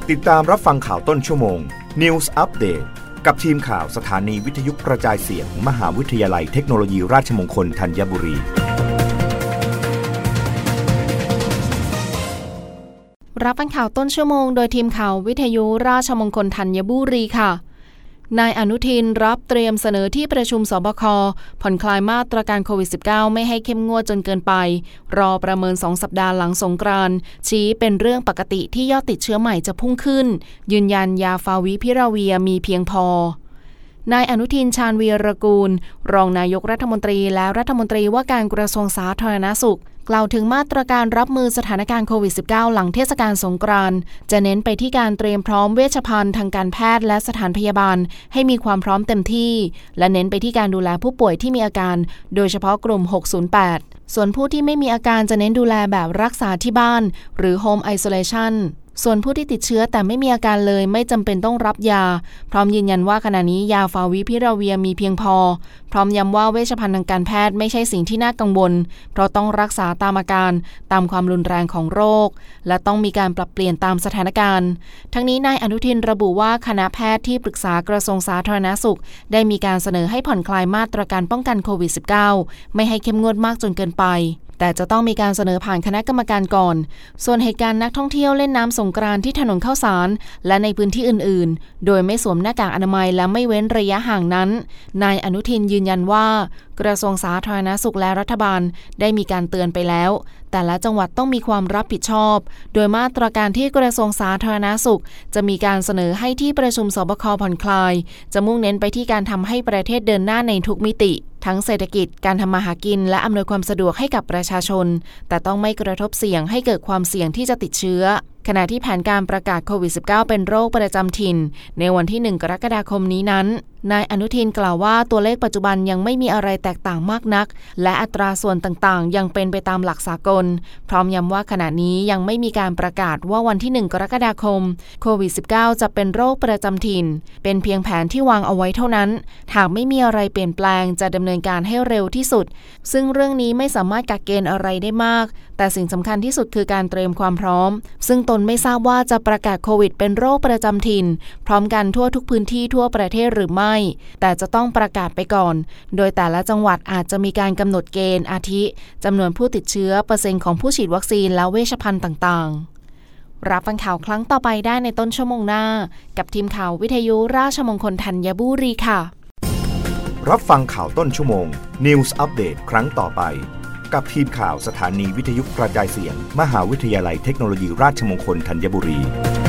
ติดตามรับฟังข่าวต้นชั่วโมง News Update กับทีมข่าวสถานีวิทยุกระจายเสียง มหาวิทยาลัยเทคโนโลยีราชมงคลธัญบุรีรับฟังข่าวต้นชั่วโมงโดยทีมข่าววิทยุราชมงคลธัญบุรีค่ะนายอนุทินรับเตรียมเสนอที่ประชุมสบคผ่อนคลายมาตรการโควิด -19 ไม่ให้เข้มงวดจนเกินไปรอประเมิน2 สัปดาห์หลังสงกรานต์ชี้เป็นเรื่องปกติที่ยอดติดเชื้อใหม่จะพุ่งขึ้นยืนยันยาฟาวิพิราเวียมีเพียงพอนายอนุทินชาญวีรกูลรองนายกรัฐมนตรีและรัฐมนตรีว่าการกระทรวงสาธารณสุขกล่าวถึงมาตรการรับมือสถานการณ์โควิด -19 หลังเทศกาลสงกรานต์จะเน้นไปที่การเตรียมพร้อมเวชภัณฑ์ทางการแพทย์และสถานพยาบาลให้มีความพร้อมเต็มที่และเน้นไปที่การดูแลผู้ป่วยที่มีอาการโดยเฉพาะกลุ่ม 608 ส่วนผู้ที่ไม่มีอาการจะเน้นดูแลแบบรักษาที่บ้านหรือ Home Isolationส่วนผู้ที่ติดเชื้อแต่ไม่มีอาการเลยไม่จำเป็นต้องรับยาพร้อมยืนยันว่าขณะนี้ยาฟาวิพิราเวียมีเพียงพอพร้อมย้ำว่าเวชภัณฑ์ทางการแพทย์ไม่ใช่สิ่งที่น่ากังวลเพราะต้องรักษาตามอาการตามความรุนแรงของโรคและต้องมีการปรับเปลี่ยนตามสถานการณ์ทั้งนี้นายอนุทินระบุว่าคณะแพทย์ที่ปรึกษากระทรวงสาธารณสุขได้มีการเสนอให้ผ่อนคลายมาตรการป้องกันโควิด -19 ไม่ให้เข้มงวดมากจนเกินไปแต่จะต้องมีการเสนอผ่านคณะกรรมการก่อนส่วนเหตุการณ์นักท่องเที่ยวเล่นน้ำสงกรานต์ที่ถนนข้าวสารและในพื้นที่อื่นๆโดยไม่สวมหน้ากากอนามัยและไม่เว้นระยะห่างนั้นนายอนุทินยืนยันว่ากระทรวงสาธารณสุขและรัฐบาลได้มีการเตือนไปแล้วแต่ละจังหวัดต้องมีความรับผิดชอบโดยมาตรการที่กระทรวงสาธารณสุขจะมีการเสนอให้ที่ประชุมสบคผ่อนคลายจะมุ่งเน้นไปที่การทำให้ประเทศเดินหน้าในทุกมิติทั้งเศรษฐกิจการทำมาหากินและอำนวยความสะดวกให้กับประชาชนแต่ต้องไม่กระทบเสี่ยงให้เกิดความเสี่ยงที่จะติดเชื้อขณะที่แผนการประกาศโควิด -19 เป็นโรคประจำถิ่นในวันที่1 กรกฎาคมนี้นั้นนายอนุทินกล่าวว่าตัวเลขปัจจุบันยังไม่มีอะไรแตกต่างมากนักและอัตราส่วนต่างๆยังเป็นไปตามหลักสากลพร้อมย้ำว่าขณะนี้ยังไม่มีการประกาศว่าวันที่1 กรกฎาคมโควิด -19 จะเป็นโรคประจำถิ่นเป็นเพียงแผนที่วางเอาไว้เท่านั้นหากไม่มีอะไรเปลี่ยนแปลงจะดำเนินการให้เร็วที่สุดซึ่งเรื่องนี้ไม่สามารถกักเกณฑ์อะไรได้มากแต่สิ่งสำคัญที่สุดคือการเตรียมความพร้อมซึ่งตนไม่ทราบว่าจะประกาศโควิดเป็นโรคประจำถิ่นพร้อมกันทั่วทุกพื้นที่ทั่วประเทศหรือไม่แต่จะต้องประกาศไปก่อนโดยแต่ละจังหวัดอาจจะมีการกำหนดเกณฑ์อาทิจำนวนผู้ติดเชื้อเปอร์เซ็นต์ของผู้ฉีดวัคซีนและเวชภัณฑ์ต่างๆรับฟังข่าวครั้งต่อไปได้ในต้นชั่วโมงหน้ากับทีมข่าววิทยุราชมงคลธัญบุรีค่ะรับฟังข่าวต้นชั่วโมง News Update ครั้งต่อไปกับทีมข่าวสถานีวิทยุกระจายเสียง มหาวิทยาลัยเทคโนโลยีราชมงคลธัญบุรี